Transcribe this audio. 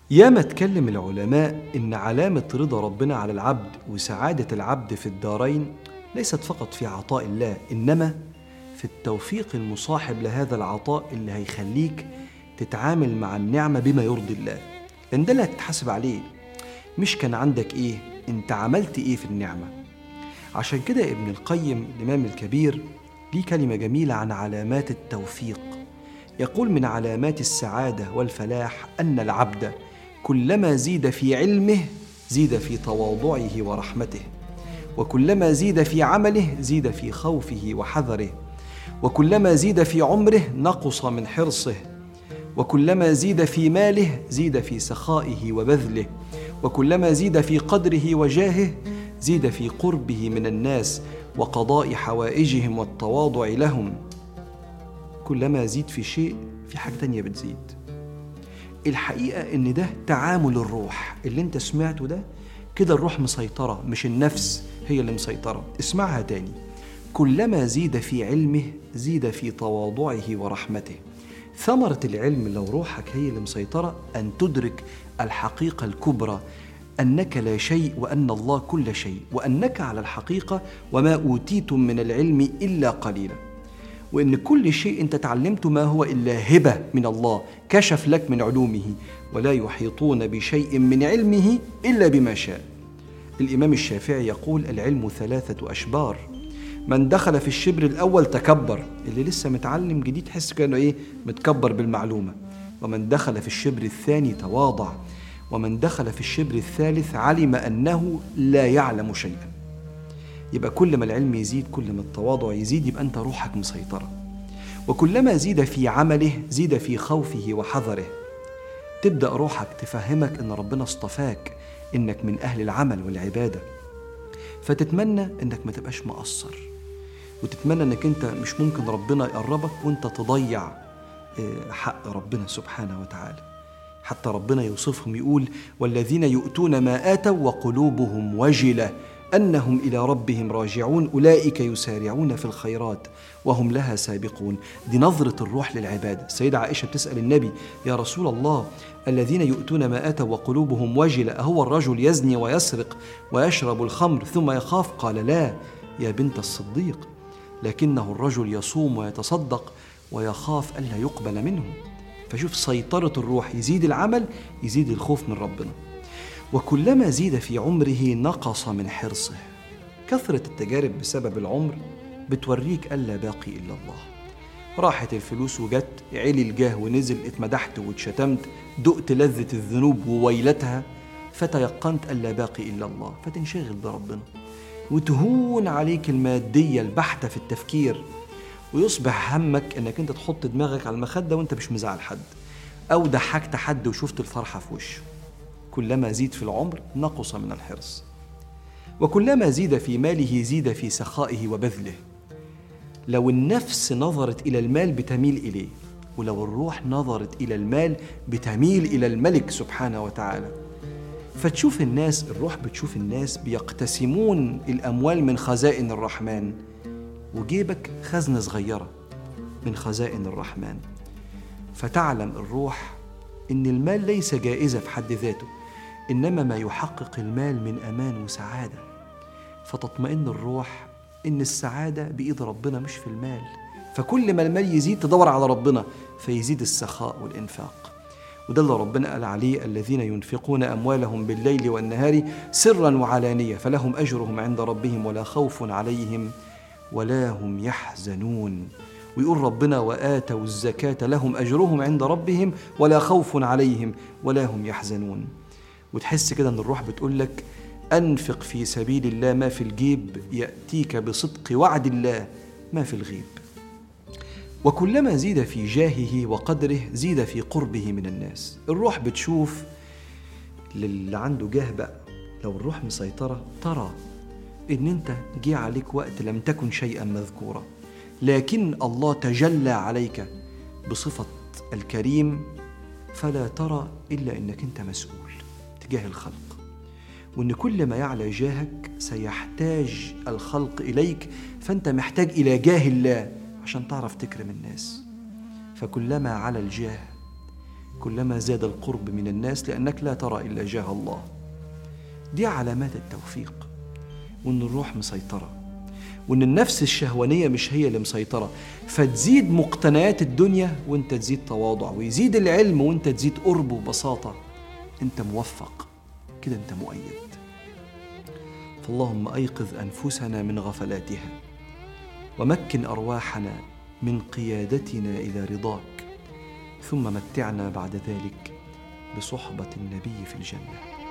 ياما اتكلم العلماء إن علامة رضا ربنا على العبد وسعادة العبد في الدارين ليست فقط في عطاء الله، إنما في التوفيق المصاحب لهذا العطاء اللي هيخليك تتعامل مع النعمة بما يرضي الله، لأن ده اللي هتتحاسب عليه، مش كان عندك إيه، أنت عملت إيه في النعمة. عشان كده ابن القيم الإمام الكبير ليه كلمة جميلة عن علامات التوفيق. يقول: من علامات السعادة والفلاح أن العبد كلما زيد في علمه زيد في تواضعه ورحمته، وكلما زيد في عمله زيد في خوفه وحذره، وكلما زيد في عمره نقص من حرصه، وكلما زيد في ماله زيد في سخائه وبذله، وكلما زيد في قدره وجاهه زيد في قربه من الناس وقضاء حوائجهم والتواضع لهم. كلما زيد في شيء في حاجة تانية بتزيد. الحقيقة إن ده تعامل الروح اللي انت سمعته ده كده، الروح مسيطرة مش النفس هي اللي مسيطرة. اسمعها تاني: كلما زيد في علمه زيد في تواضعه ورحمته. ثمرة العلم لو روحك هي اللي مسيطرة أن تدرك الحقيقة الكبرى، أنك لا شيء وأن الله كل شيء، وأنك على الحقيقة وما أوتيتم من العلم إلا قليلا، وإن كل شيء أنت تعلمته ما هو إلا هبة من الله كشف لك من علومه، ولا يحيطون بشيء من علمه إلا بما شاء. الإمام الشافعي يقول: العلم 3 أشبار، من دخل في الشبر الأول تكبر، اللي لسه متعلم جديد تحس كأنه متكبر بالمعلومة، ومن دخل في الشبر الثاني تواضع، ومن دخل في الشبر الثالث علم أنه لا يعلم شيئا. يبقى كل ما العلم يزيد كل ما التواضع يزيد، يبقى أنت روحك مسيطرة. وكلما زيد في عمله زيد في خوفه وحذره. تبدأ روحك تفهمك أن ربنا اصطفاك إنك من أهل العمل والعبادة، فتتمنى إنك ما تبقاش مقصر، وتتمنى إنك أنت مش ممكن ربنا يقربك وأنت تضيع حق ربنا سبحانه وتعالى. حتى ربنا يوصفهم يقول: والذين يؤتون ما آتوا وقلوبهم وجلة أنهم إلى ربهم راجعون أولئك يسارعون في الخيرات وهم لها سابقون. دي نظرة الروح للعبادة. السيدة عائشة بتسأل النبي: يا رسول الله، الذين يؤتون ما آتوا وقلوبهم وجلة، أهو الرجل يزني ويسرق ويشرب الخمر ثم يخاف؟ قال: لا يا بنت الصديق، لكنه الرجل يصوم ويتصدق ويخاف ألا يقبل منه. فشوف سيطرة الروح، يزيد العمل يزيد الخوف من ربنا. وكلما زيد في عمره نقص من حرصه. كثرة التجارب بسبب العمر بتوريك ألا باقي إلا الله. راحت الفلوس وجت، علي الجاه ونزل، اتمدحت واتشتمت، دقت لذة الذنوب وويلتها، فتيقنت ألا باقي إلا الله، فتنشغل بربنا، وتهون عليك المادية البحتة في التفكير، ويصبح همك أنك أنت تحط دماغك على المخدة وأنت مش مزعل حد، أو ضحكت حد وشفت الفرحة في وشه. كلما زيد في العمر نقص من الحرص. وكلما زيد في ماله زيد في سخائه وبذله. لو النفس نظرت إلى المال بتميل إليه، ولو الروح نظرت إلى المال بتميل إلى الملك سبحانه وتعالى. فتشوف الناس، الروح بتشوف الناس بيقتسمون الأموال من خزائن الرحمن، وجيبك خزنة صغيرة من خزائن الرحمن. فتعلم الروح إن المال ليس جائزة في حد ذاته، إنما ما يحقق المال من أمان وسعادة. فتطمئن الروح إن السعادة بإيد ربنا مش في المال. فكل ما المال يزيد تدور على ربنا، فيزيد السخاء والإنفاق. وده اللي ربنا قال عليه: الذين ينفقون أموالهم بالليل والنهار سرا وعلانية فلهم أجرهم عند ربهم ولا خوف عليهم ولا هم يحزنون. ويقول ربنا: وآتوا الزكاة لهم أجرهم عند ربهم ولا خوف عليهم ولا هم يحزنون. وتحس كده أن الروح بتقول لك: أنفق في سبيل الله ما في الجيب يأتيك بصدق وعد الله ما في الغيب. وكلما زيد في جاهه وقدره زيد في قربه من الناس. الروح بتشوف اللي عنده جاه بقى، لو الروح مسيطرة ترى إن أنت جه عليك وقت لم تكن شيئا مذكورا، لكن الله تجلى عليك بصفة الكريم، فلا ترى إلا إنك أنت مسؤول تجاه الخلق، وإن كل ما يعلى جاهك سيحتاج الخلق إليك، فأنت محتاج إلى جاه الله عشان تعرف تكرم الناس. فكلما على الجاه كلما زاد القرب من الناس لأنك لا ترى إلا جاه الله. دي علامات التوفيق، وإن الروح مسيطرة، وإن النفس الشهوانية مش هي اللي مسيطرة، فتزيد مقتنيات الدنيا وإنت تزيد تواضع، ويزيد العلم وإنت تزيد قرب وبساطة. أنت موفق كده، أنت مؤيد. فاللهم أيقظ أنفسنا من غفلاتها، ومكن أرواحنا من قيادتنا إلى رضاك، ثم متعنا بعد ذلك بصحبة النبي في الجنة.